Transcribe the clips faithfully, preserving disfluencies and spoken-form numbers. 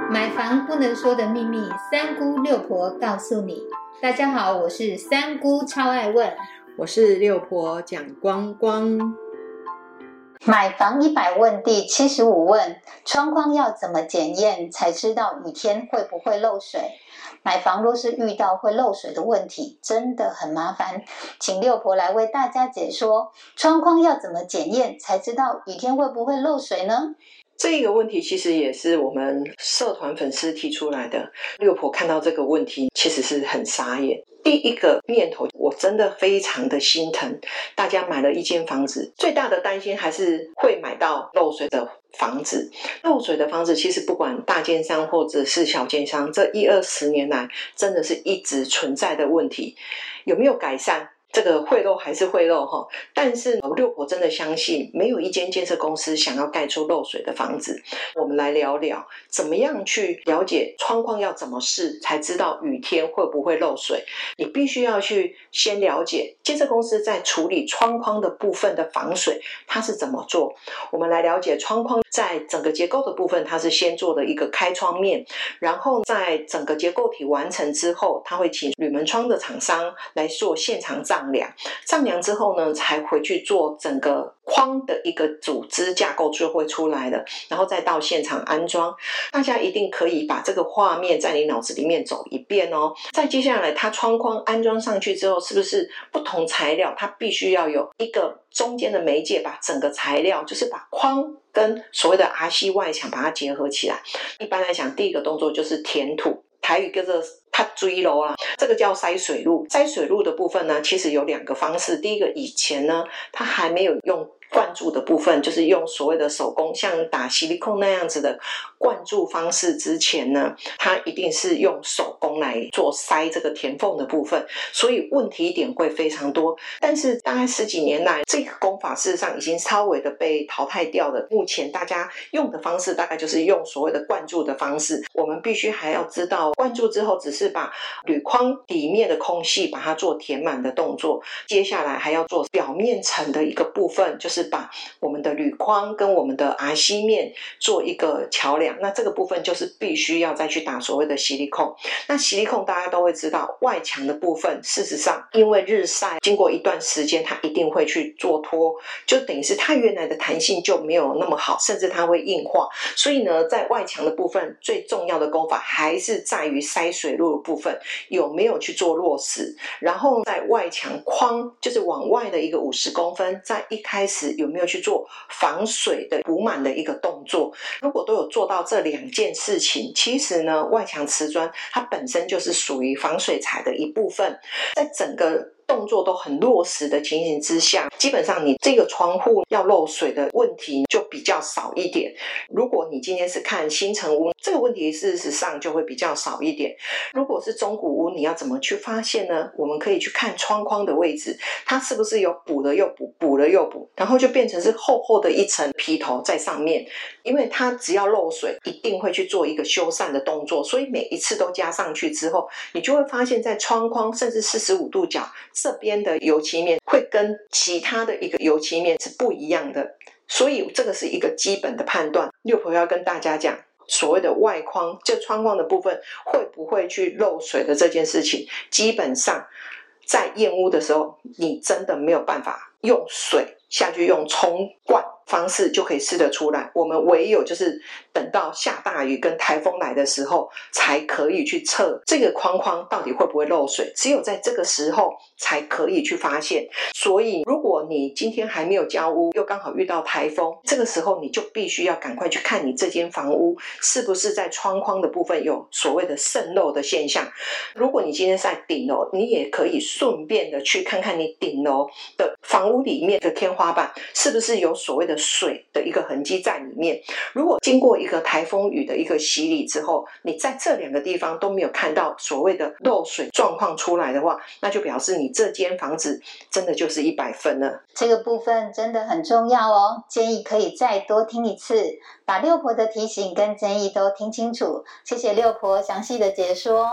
买房不能说的秘密，三姑六婆告诉你。大家好，我是三姑超爱问， 我是六婆蒋光光。 买房一百问第七十五问，窗框要怎么检验才知道雨天会不会漏水？买房若是遇到会漏水的问题，真的很麻烦，请六婆来为大家解说，窗框要怎么检验才知道雨天会不会漏水呢？ 这个问题其实也是我们社团粉丝提出来的，六婆看到这个问题其实是很傻眼。第一个念头，我真的非常的心疼大家买了一间房子，最大的担心还是会买到漏水的房子。漏水的房子其实不管大建商或者是小建商，这一二十年来真的是一直存在的问题，有没有改善？这个会漏还是会漏哈，但是六婆真的相信没有一间建设公司想要盖出漏水的房子。我们来聊聊怎么样去了解窗框要怎么试才知道雨天会不会漏水。你必须要去先了解建设公司在处理窗框的部分的防水它是怎么做。我们来了解窗框在整个结构的部分，它是先做的一个开窗面，然后在整个结构体完成之后，它会请铝门窗的厂商来做现场丈量，丈量之后呢，才回去做整个框的一个组织架构就会出来了，然后再到现场安装。大家一定可以把这个画面在你脑子里面走一遍哦。再接下来，它窗框安装上去之后，是不是不同材料它必须要有一个中间的媒介，把整个材料就是把框跟所谓的 R C 外墙把它结合起来。一般来讲，第一个动作就是填土，台语叫做它追楼啦，这个叫筛水路。筛水路的部分呢，其实有两个方式。第一个，以前呢，它还没有用灌注的部分，就是用所谓的手工，像打矽利康那样子的灌注方式之前呢，它一定是用手工来做筛这个填缝的部分，所以问题点会非常多。但是大概十几年来，这个工法事实上已经稍微的被淘汰掉了。目前大家用的方式大概就是用所谓的灌注的方式。我们必须还要知道，灌注之后只是把铝框里面的空隙把它做填满的动作，接下来还要做表面层的一个部分，就是把我们的铝框跟我们的 R C 面做一个桥梁。那这个部分就是必须要再去打所谓的矽利康。那矽利康大家都会知道，外墙的部分事实上因为日晒经过一段时间它一定会去做脱，就等于是它原来的弹性就没有那么好，甚至它会硬化。所以呢，在外墙的部分最重要的工法还是在于筛水路的部分有没有去做落实，然后在外墙框就是往外的一个五十公分，在一开始有没有去做防水的补满的一个动作。如果都有做到这两件事情，其实呢，外墙瓷砖它本身就是属于防水材的一部分，在整个动作都很落实的情形之下，基本上你这个窗户要漏水的问题就比较少一点。如果你今天是看新成屋，这个问题事实上就会比较少一点。如果是中古屋，你要怎么去发现呢？我们可以去看窗框的位置，它是不是有补了又补，补了又补，然后就变成是厚厚的一层皮头在上面。因为它只要漏水一定会去做一个修缮的动作，所以每一次都加上去之后，你就会发现在窗框甚至四十五度角这边的油漆面会跟其他的一个油漆面是不一样的，所以这个是一个基本的判断。六婆要跟大家讲，所谓的外框就窗框的部分会不会去漏水的这件事情，基本上在验屋的时候你真的没有办法用水下去用冲灌方式就可以试得出来，我们唯有就是等到下大雨跟台风来的时候才可以去测这个框框到底会不会漏水，只有在这个时候才可以去发现。所以如果你今天还没有交屋，又刚好遇到台风，这个时候你就必须要赶快去看你这间房屋是不是在窗框的部分有所谓的渗漏的现象。如果你今天在顶楼，你也可以顺便的去看看你顶楼的房屋里面的天花板是不是有所谓的水的一个痕迹在里面。如果经过一个台风雨的一个洗礼之后，你在这两个地方都没有看到所谓的漏水状况出来的话，那就表示你这间房子真的就是一百分了。 这个部分真的很重要哦，建议可以再多听一次，把六婆的提醒跟建议都听清楚。谢谢六婆详细的解说。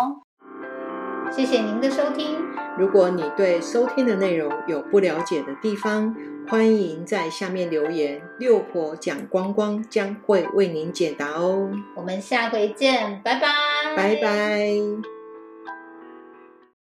谢谢您的收听。 如果你对收听的内容有不了解的地方， 欢迎在下面留言，六婆讲光光将会为您解答哦。 我们下回见，拜拜， 拜拜。